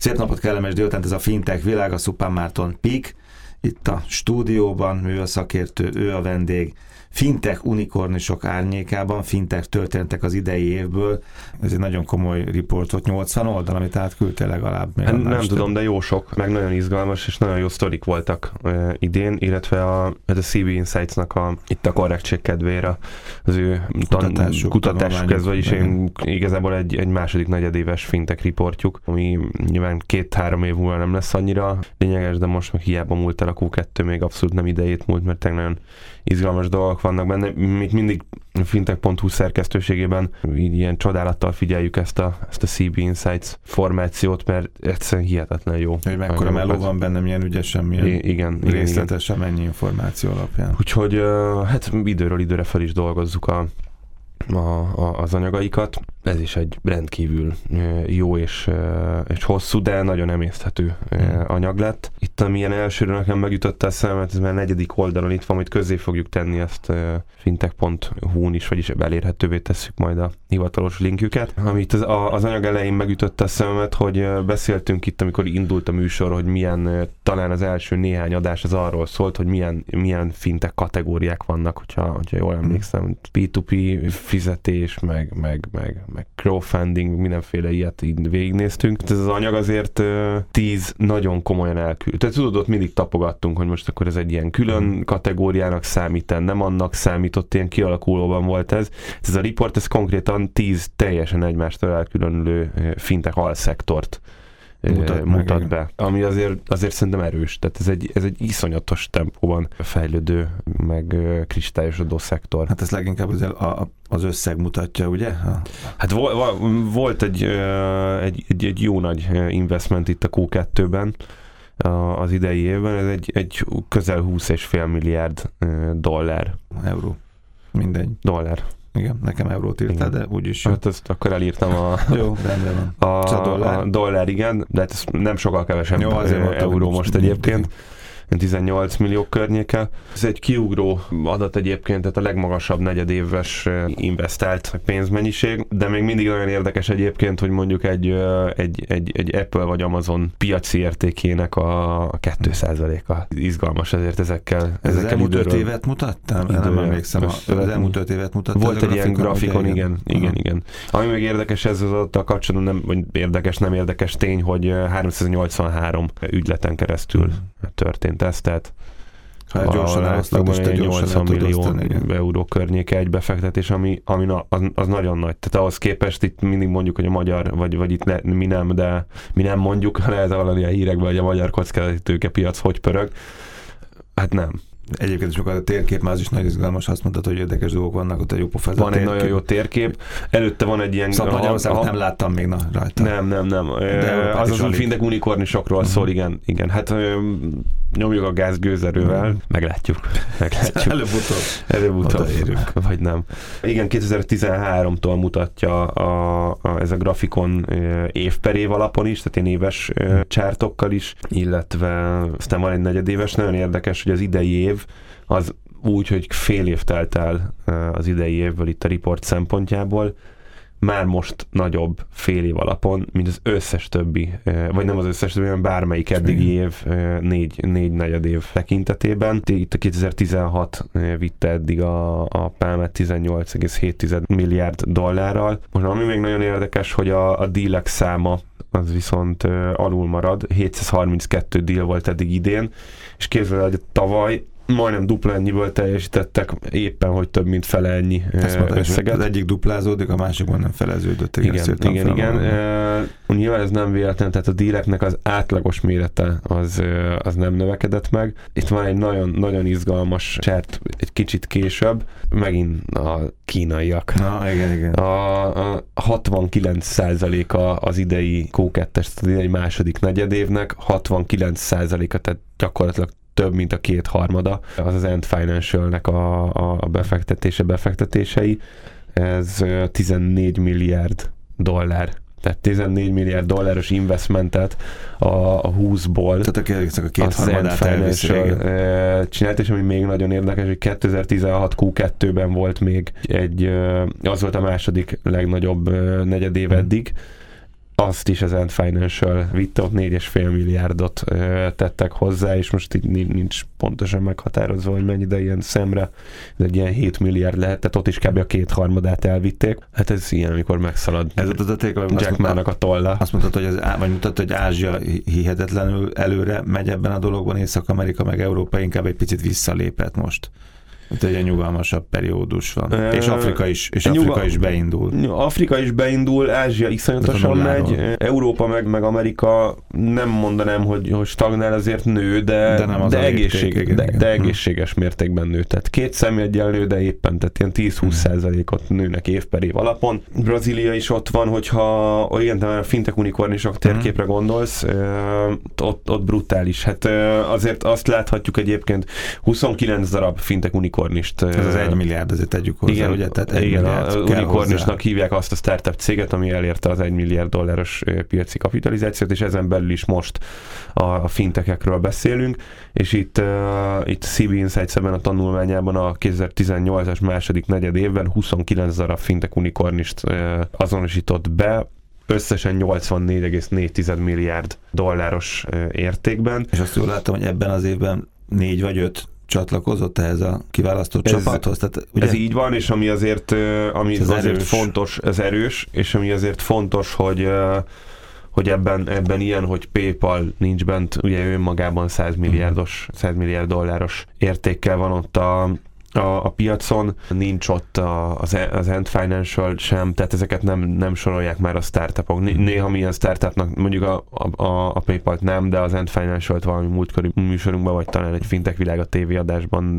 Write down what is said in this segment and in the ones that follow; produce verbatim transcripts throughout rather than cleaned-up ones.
Szép napot, kellemes délután, ez a Fintech világa, Szupán Márton Pik. Itt a stúdióban, ő a szakértő, ő a vendég. Fintech unikornisok árnyékában, fintech történetek az idei évből. Ez egy nagyon komoly riport volt, nyolcvan oldal, amit átküldtél legalább. Nem, nem tudom, de jó sok, meg nagyon izgalmas, és nagyon jó sztorik voltak uh, idén, illetve a, ez a cé bé Insights-nak a, itt a korrektség kedvére az ő kutatásuk, kutatásuk ez, vagyis én, igazából egy, egy második negyedéves fintech riportjuk, ami nyilván két-három év múlva nem lesz annyira lényeges, de most meg hiába múlt el a kú kettő, még abszolút nem idejét múlt, mert tényleg nagyon izgalmas dolgok vannak benne. Még mindig fintech pont hú szerkesztőségében így ilyen csodálattal figyeljük ezt a, ezt a cé bé Insights formációt, mert egyszerűen hihetetlen jó. Hogy mekkora meló van benne, milyen ügyesen, milyen I- igen, részletesen, igen. Mennyi információ alapján. Úgyhogy hát időről időre fel is dolgozzuk a A, a, az anyagaikat. Ez is egy rendkívül jó és, és hosszú, de nagyon emészthető hmm. anyag lett. Itt, amilyen elsőre nekem megütötte a szemet, ez már a negyedik oldalon itt van, amit közzé fogjuk tenni ezt fintech pont hú-n is, vagyis elérhetővé tesszük majd a hivatalos linkjüket. Amit az, az anyag elején megütötte a szemet, hogy beszéltünk itt, amikor indult a műsor, hogy milyen, talán az első néhány adás az arról szólt, hogy milyen, milyen fintech kategóriák vannak, hogyha, hogyha jól emlékszem, pé to pé fizetés, meg, meg, meg, meg crowdfunding, mindenféle ilyet így végignéztünk. Ez az anyag azért uh, tíz nagyon komolyan elküld. Tehát tudod, ott mindig tapogattunk, hogy most akkor ez egy ilyen külön kategóriának számít, nem annak számított, ilyen kialakulóban volt ez. Ez a report, ez konkrétan tíz teljesen egymástól elkülönülő fintech alszektort mutat, mutat meg, be. Ami azért, azért szerintem erős. Tehát ez egy, ez egy iszonyatos tempóban fejlődő, meg kristályosodó szektor. Hát ez leginkább az, a, az összeg mutatja, ugye? Hát vo, vo, volt egy, egy, egy, egy jó nagy investment itt a kú kettőben az idei évben. Ez egy, egy közel húsz egész öt milliárd dollár. Euró. Mindegy. Dollár. Igen, nekem eurót írtál, de úgyis jó. Hát ezt akkor elírtam a... Jó, rendben van. A, a, dollár. a dollár, igen, de hát ez nem sokkal kevesebb jó, euró most egyébként. tizennyolc millió környéke. Ez egy kiugró adat egyébként, tehát a legmagasabb negyedéves investált pénzmennyiség, de még mindig nagyon érdekes egyébként, hogy mondjuk egy, egy, egy, egy Apple vagy Amazon piaci értékének a két százaléka. Izgalmas ezért ezekkel. Ez ezekkel az elmúlt öt évet mutattam? Nem emlékszem. Az elmúlt öt évet mutattam. Volt egy ilyen grafikon, igen, igen, igen. Ami még érdekes ez az adattal kapcsolatban, nem, vagy érdekes, nem érdekes tény, hogy háromszáznyolcvanhárom ügyleten keresztül történt ez, tehát ha gyorsan elosztod, és te nyolcvan millió euró környéke egy befektetés, ami, ami na, az, az nagyon nagy. Tehát ahhoz képest itt mindig mondjuk, hogy a magyar, vagy, vagy itt ne, mi nem, de mi nem mondjuk, lehet hallani a hírekben, hogy a magyar kockázati tőkepiac hogy pörög. Hát nem. Egyébként sokkal a térkép már az is nagyon izgalmas, azt mondtad, hogy érdekes dolgok vannak, ott a jó pofáz. Van egy nagyon jó térkép, előtte van egy ilyen... Szóval Magyarországot nem láttam még na, rajta. Nem, nem, nem. Az az új fintech unikornisokról uh-huh. szól, igen, igen. Hát nyomjuk a gáz gőzerővel, uh-huh. meglátjuk. meglátjuk. Előbb-utóbb. Előbb-utóbb. Vagy nem. Igen, kétezer-tizenháromtól mutatja a, a, ez a grafikon év per év alapon is, tehát ilyen éves uh-huh. csártokkal is, illetve aztán van egy negyedéves, nagyon érdekes, hogy az idei év az úgy, hogy fél év telt el az idei évből itt a report szempontjából, már most nagyobb fél év alapon, mint az összes többi, vagy nem az összes többi, hanem bármelyik eddigi év négy, négy negyed év tekintetében. Itt a kétezer-tizenhat vitte eddig a, a pálmát tizennyolc egész hét milliárd dollárral. Most ami még nagyon érdekes, hogy a, a dílek száma az viszont alul marad. hétszázharminckettő díl volt eddig idén, és képzeld, hogy tavaly majdnem dupla ennyiből teljesítettek, éppen, hogy több mint fele ennyi összeget. Az egyik duplázódik, a másikban nem feleződött. Igen, igen, igen. Uh, nyilván ez nem véletlen, tehát a díleknek az átlagos mérete az, az nem növekedett meg. Itt van egy nagyon, nagyon izgalmas csárt egy kicsit később, megint a kínaiak. Na, igen, igen. A, a hatvankilenc százaléka az idei kú kettes, az idei második negyedévnek, hatvankilenc százaléka, tehát gyakorlatilag több, mint a kétharmada, az az Ant Financialnek a, a befektetése, befektetései. Ez tizennégy milliárd dollár. Tehát tizennégy milliárd dolláros investmentet a, a húszból tehát a, a kétharmadát csinált, és ami még nagyon érdekes, hogy kétezer-tizenhat kú kettőben volt még egy, az volt a második legnagyobb negyedév eddig, azt is az Ant Financial vitte, ott négy egész öt milliárdot ö, tettek hozzá, és most így nincs pontosan meghatározva, hogy mennyi, de ilyen szemre ez egy ilyen hét milliárd lehet, tehát ott is kb. A kétharmadát elvitték. Hát ez ilyen, amikor megszalad ez a Jack Ma-nak a tolla. Azt mondtad, hogy, az, vagy mutatta, hogy Ázsia hihetetlenül előre megy ebben a dologban, Észak-Amerika meg Európa inkább egy picit visszalépett most. Itt egy nyugalmasabb periódus van. E, és Afrika is, és Afrika nyugal... is beindul. Afrika is beindul, Ázsia iszonyatosan megy, Európa meg, meg Amerika nem mondanám, hogy, hogy stagnál, azért nő, de, de, nem de, egészség, lépték, de, de egészséges mértékben nő. Tehát két szemjeggyel nő, de éppen, tehát ilyen tíz-húsz százalékot nőnek év per év alapon. Brazília is ott van, hogyha igen, te már a fintech unikornisok térképre gondolsz, ott, ott brutális. Hát azért azt láthatjuk egyébként, huszonkilenc darab fintech unikornis. Ez az egy milliárd, ezért tegyük hozzá, igen, ugye? Tehát egy igen, a unikornisnak hívják azt a startup céget, ami elérte az egy milliárd dolláros piaci kapitalizációt, és ezen belül is most a, a fintechekről beszélünk, és itt, uh, itt cé bé Insights ebben a tanulmányában a kétezer-tizennyolcas második negyed évben huszonkilenc darab fintech unikornist uh, azonosított be, összesen nyolcvannégy egész négy milliárd dolláros uh, értékben. És azt jól láttam, hogy ebben az évben négy vagy öt csatlakozott ehhez a kiválasztott ez, csapathoz. Tehát, ugye? Ez így van, és ami azért, ami ez azért erős. fontos, ez erős, és ami azért fontos, hogy, hogy ebben, ebben ilyen, hogy PayPal nincs bent, ugye ő magában száz milliárdos, száz milliárd dolláros értékkel van ott a A, a piacon, nincs ott a, az, az Ant Financial sem, tehát ezeket nem, nem sorolják már a startupok. Néha milyen startupnak, mondjuk a, a, a PayPal-t nem, de az Ant Financial-t valami múltkori műsorunkban, vagy talán egy Fintech Világ a tévéadásban.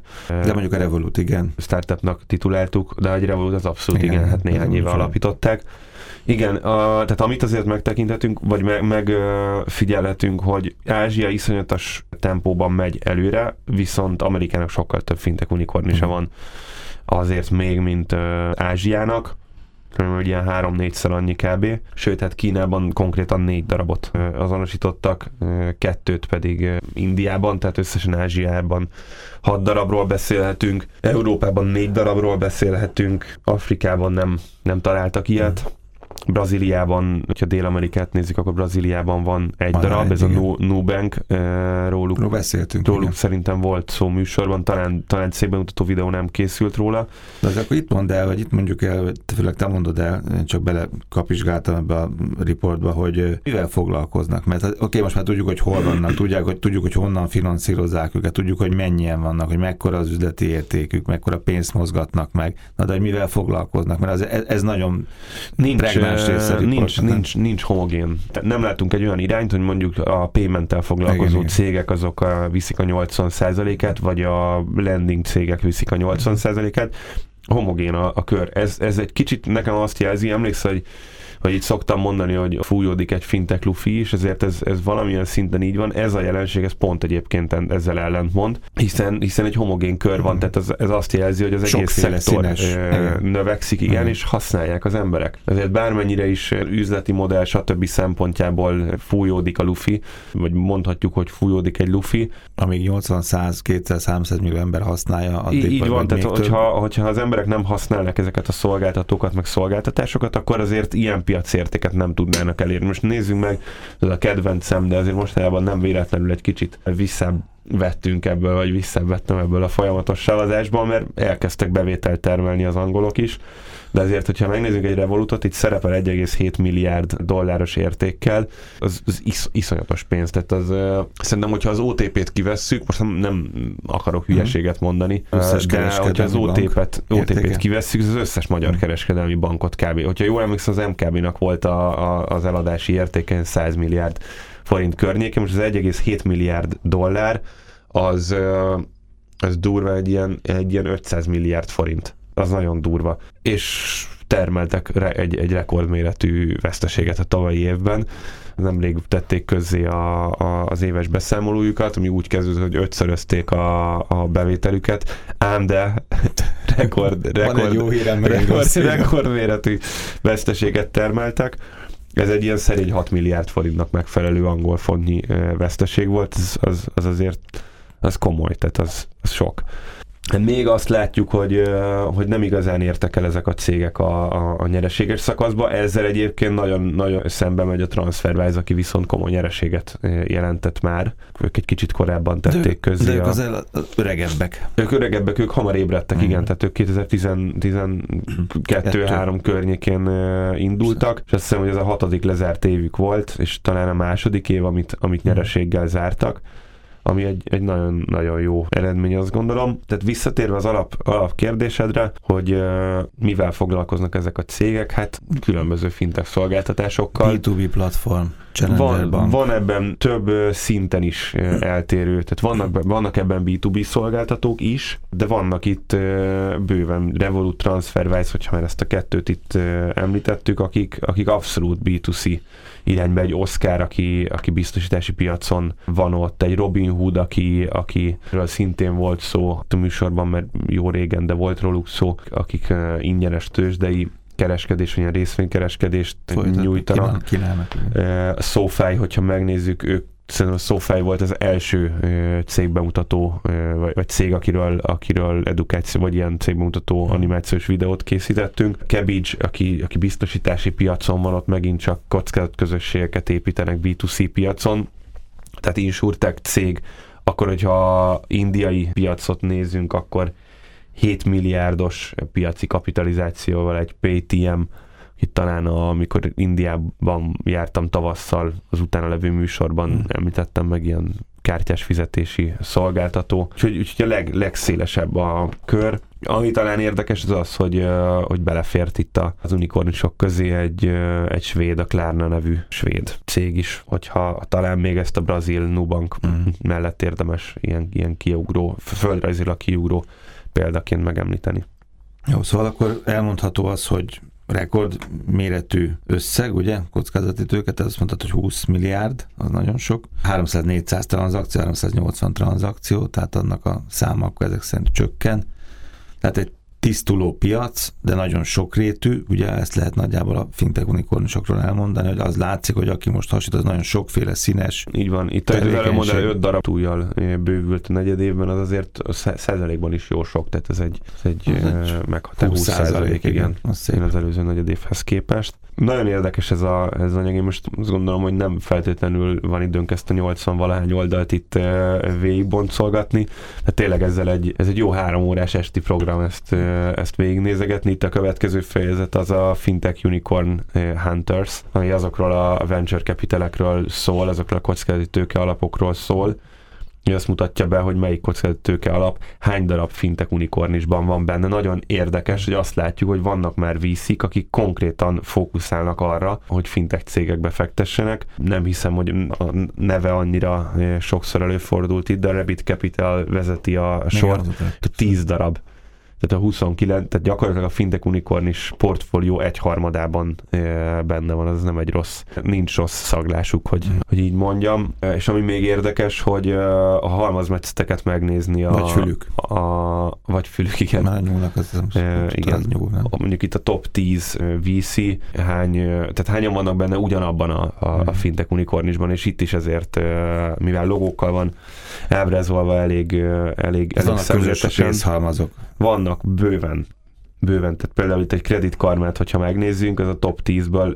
De mondjuk a Revolut, igen. Startupnak tituláltuk, de egy Revolut az abszolút igen, igen hát néhány éve alapították. Igen, a, tehát amit azért megtekinthetünk, vagy meg, megfigyelhetünk, hogy Ázsia iszonyatos tempóban megy előre, viszont Amerikának sokkal több fintech unikornisa van azért még, mint uh, Ázsiának, hogy ilyen három-négyszer annyi kb. Sőt, hát Kínában konkrétan négy darabot uh, azonosítottak, uh, kettőt pedig uh, Indiában, tehát összesen Ázsiában hat darabról beszélhetünk, Európában négy darabról beszélhetünk, Afrikában nem, nem találtak ilyet. Brazíliában, hogyha Dél-Amerikát nézzük, akkor Brazíliában van egy Már darab, egy, ez igen. a Nubank, róluk, Ról beszéltünk, róluk igen. szerintem volt szó műsorban, talán, talán szép bemutató videó nem készült róla. De az akkor itt mondd el, vagy itt mondjuk el, főleg te mondod el, én csak bele kapizsgáltam ebbe a riportba, hogy mivel foglalkoznak, mert oké, okay, most már tudjuk, hogy hol vannak, tudják, hogy, tudjuk, hogy honnan finanszírozzák őket, tudjuk, hogy mennyien vannak, hogy mekkora az üzleti értékük, mekkora pénzt mozgatnak meg, na de hogy mivel foglalkoznak, mert az, ez, ez nagyon nincs Nincs, nincs, nincs homogén. Nem látunk egy olyan irányt, hogy mondjuk a payment-tel foglalkozó igen, cégek azok a, viszik a nyolcvan százalékát, vagy a lending cégek viszik a nyolcvan százalékát. Homogén a, a kör. Ez, ez egy kicsit nekem azt jelzi, emlékszel, hogy hogy itt szoktam mondani, hogy fújódik egy fintech lufi is, ezért ez, ez valamilyen szinten így van. Ez a jelenség, ez pont egyébként ezzel ellentmond, hiszen, hiszen egy homogén kör van, tehát ez, ez azt jelzi, hogy az sokféle egész szektor színes. növekszik, igen, és használják az emberek. Ezért bármennyire is üzleti modell, stb. Szempontjából fújódik a lufi, vagy mondhatjuk, hogy fújódik egy lufi. Amíg nyolcvan, száz, kétszáz, háromszáz millió ember használja, addig így vagy van, tehát hogyha, több. hogyha az emberek nem használnak ezeket a szolgáltatókat, meg szolgáltatásokat, akkor azért ilyen piacértéket nem tudnának elérni. Most nézzük meg, ez a kedvencem, de azért mostanában nem véletlenül egy kicsit visszavettünk ebből, vagy visszavettem ebből a folyamatos savazásból, mert elkezdtek bevételt termelni az angolok is, de azért, hogyha megnézzük egy Revolutot, itt szerepel egy egész hét milliárd dolláros értékkel, az, az is, iszonyatos pénz, tehát az uh, szerintem, hogyha az o té pét kivesszük, most nem, nem akarok hülyeséget mondani, összes de hogyha az o té pét, o té pét kivesszük, az összes magyar kereskedelmi bankot kb. Hogyha jól emlékszem, az em ká bé-nak volt a, a, az eladási értéke száz milliárd forint környékén, most az egy egész hét milliárd dollár, az, uh, az durva egy ilyen, egy ilyen ötszáz milliárd forint. Az nagyon durva. És termeltek re- egy, egy rekordméretű veszteséget a tavalyi évben. Nemrég tették közzé a, a, az éves beszámolójukat, ami úgy kezdődött, hogy ötszörözték a, a bevételüket, ám de rekord, rekord, jó hírem, rekord, rekordméretű veszteséget termeltek. Ez egy ilyen szerény hat milliárd forintnak megfelelő angol fontnyi veszteség volt, az, az, az azért az komoly, tehát az, az sok. Még azt látjuk, hogy, hogy nem igazán értek el ezek a cégek a, a, a nyereséges szakaszba, ezzel egyébként nagyon, nagyon szembe megy a TransferWise, aki viszont komoly nyereséget jelentett már. Ők egy kicsit korábban tették közzé. De ők a, az el, öregebbek. Ők öregebbek, ők hamar ébredtek, mm. igen, tehát ők kétezer-tizenkettő három környékén indultak, és azt hiszem, hogy ez a hatodik lezárt évük volt, és talán a második év, amit, amit nyereséggel zártak, ami egy, egy nagyon, nagyon jó eredmény, azt gondolom. Tehát visszatérve az alap, alap kérdésedre, hogy uh, mivel foglalkoznak ezek a cégek, hát különböző fintech szolgáltatásokkal. bé kettő bé platform, van, van ebben több uh, szinten is uh, eltérő, tehát vannak, vannak ebben bé kettő bé szolgáltatók is, de vannak itt uh, bőven Revolut, TransferWise, hogyha már ezt a kettőt itt uh, említettük, akik, akik abszolút bé kettő cé irányba, egy Oscar, aki, aki biztosítási piacon van ott, egy Robinhood, aki, akiről szintén volt szó a műsorban, mert jó régen, de volt róluk szó, akik uh, ingyenes tőzsdei kereskedés, vagy ilyen részvénykereskedést Folytat, nyújtanak. Uh, SoFi, hogyha megnézzük, ők szerintem a SoFi volt az első uh, cégbemutató, uh, vagy, vagy cég, akiről, akiről edukáció, vagy ilyen cégbemutató hmm. animációs videót készítettünk. Kabbage, aki, aki biztosítási piacon van, ott megint csak kockázatközösségeket építenek bé kettő cé piacon. Tehát InsurTech cég, akkor, hogyha indiai piacot nézzünk, akkor hét milliárdos piaci kapitalizációval egy Paytm, itt talán a, amikor Indiában jártam tavasszal, az utána levő műsorban hmm. említettem meg, ilyen kártyás fizetési szolgáltató. Úgyhogy, úgyhogy a leg, legszélesebb a kör. Ami talán érdekes az az, hogy, hogy belefért itt az unikornisok közé egy, egy svéd, a Klarna nevű svéd cég is, hogyha talán még ezt a brazil Nubank mm. mellett érdemes ilyen, ilyen kiugró, földrajzilag kiugró példaként megemlíteni. Jó, szóval akkor elmondható az, hogy rekord méretű összeg, ugye, kockázati tőke, tehát azt mondtad, hogy húsz milliárd, az nagyon sok. háromszáz-négyszáz tranzakció, háromszáznyolcvan tranzakció, tehát annak a száma akkor ezek szerint csökken. Tehát egy tisztuló piac, de nagyon sokrétű, ugye ezt lehet nagyjából a fintech unikornisokról elmondani, hogy az látszik, hogy aki most hasonlít, az nagyon sokféle színes. Így van, itt az előmodell öt darab túljal bővült a negyed évben, az azért százalékban is jó sok, tehát ez egy, ez egy, egy meghatározó húsz százalék, igen, igen az előző negyed évhez képest. Nagyon érdekes ez, a, ez az anyag, én most azt gondolom, hogy nem feltétlenül van időnk ezt a nyolcvan-valahány oldalt itt végigboncolgatni, de tényleg ezzel egy, ez egy jó három órás esti program ezt, ezt végignézegetni. Itt a következő fejezet az a Fintech Unicorn Hunters, ami azokról a venture capitalekről szól, azokról a kockázati tőke alapokról szól, azt mutatja be, hogy melyik kockázati tőke alap hány darab fintech unikornisban van benne. Nagyon érdekes, hogy azt látjuk, hogy vannak már vé cé-k, akik konkrétan fókuszálnak arra, hogy fintech cégekbe fektessenek. Nem hiszem, hogy a neve annyira sokszor előfordult itt, de a Rabbit Capital vezeti a sort. tíz darab. Tehát a huszonkilenc, tehát gyakorlatilag a fintech unikornis portfólió egyharmadában e, benne van, az nem egy rossz, nincs rossz szaglásuk, hogy, mm. hogy így mondjam. És ami még érdekes, hogy a halmazmetszeteket megnézni. A, vagy fülük. A, vagy fülük, igen. Már nyúlnak, az nem e, igen. Nyúl, nem? Mondjuk itt a top tíz vé cé, hány, tehát hányan vannak benne ugyanabban a, a, mm. a fintech unikornisban, és itt is ezért, mivel logókkal van ábrázolva elég, elég, elég szemléletesen. Halmazok. Vannak bőven, bőven, tehát például itt egy Credit Karmát, hogyha megnézzünk, az a top tízből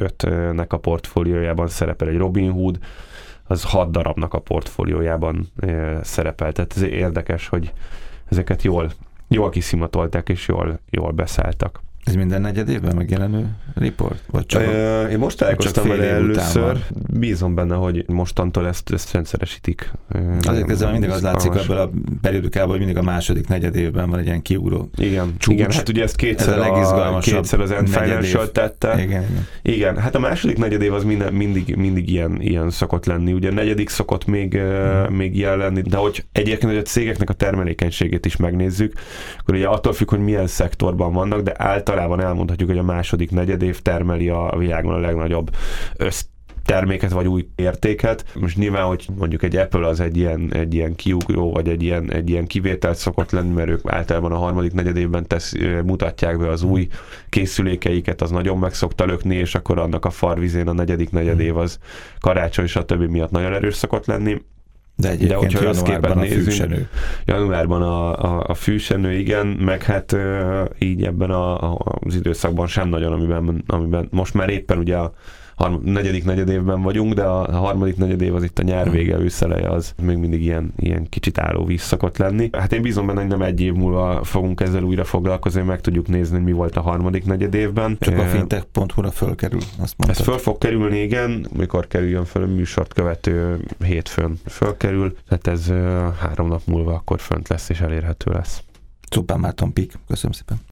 ötnek a portfóliójában szerepel egy Robinhood, az hat darabnak a portfóliójában e, szerepel. Tehát ez érdekes, hogy ezeket jól, jól kiszimatolták és jól, jól beszálltak. Ez minden negyed évben megjelenő report? Vagy csak e, én most találkoztam vele először. Bízom benne, hogy mostantól ezt, ezt rendszeresítik. Azért ezzel mindig az látszik ebből a periódikában, hogy mindig a második negyed évben van egy ilyen kiugró igen, csúcs. Igen, hát ugye ezt kétszer, ez a, kétszer az End Financial tette. Igen, igen. igen, hát a második negyed év az minden, mindig, mindig ilyen, ilyen szokott lenni. Ugye a negyedik szokott még, hmm. még ilyen lenni, de hogy egyébként, hogy a cégeknek a termelékenységét is megnézzük, akkor ugye attól függ, hogy milyen szektorban vannak, de általában elmondhatjuk, hogy a második negyedév termeli a világon a legnagyobb összterméket vagy új értéket. Most nyilván, hogy mondjuk egy Apple az egy ilyen, egy ilyen kiugró, vagy egy ilyen, egy ilyen kivételt szokott lenni, mert ők általában a harmadik negyedévben tesz, mutatják be az új készülékeiket, az nagyon meg szokta lökni, és akkor annak a farvizén a negyedik negyedév az karácsony, stb. Miatt nagyon erős szokott lenni. De egyébként de januárban a fűsenő. Januárban a, a, a fűsenő, igen, meg hát így ebben a, a, az időszakban sem nagyon, amiben, amiben most már éppen ugye a harm, negyedik negyedévben vagyunk, de a, a harmadik negyedév az itt a nyár vége, őszeleje, az még mindig ilyen, ilyen kicsit álló víz szokott lenni. Hát én bízom benne, hogy nem egy év múlva fogunk ezzel újra foglalkozni, meg tudjuk nézni, hogy mi volt a harmadik negyedévben. Csak a fintech pont hu-ra fölkerül, azt mondtad. Ez föl fog kerülni, igen, mikor kerüljön föl a műsort követő hétfőn fölkerül, tehát ez három nap múlva akkor fönt lesz és elérhető lesz. Czupán Márton Pik, köszönöm szépen.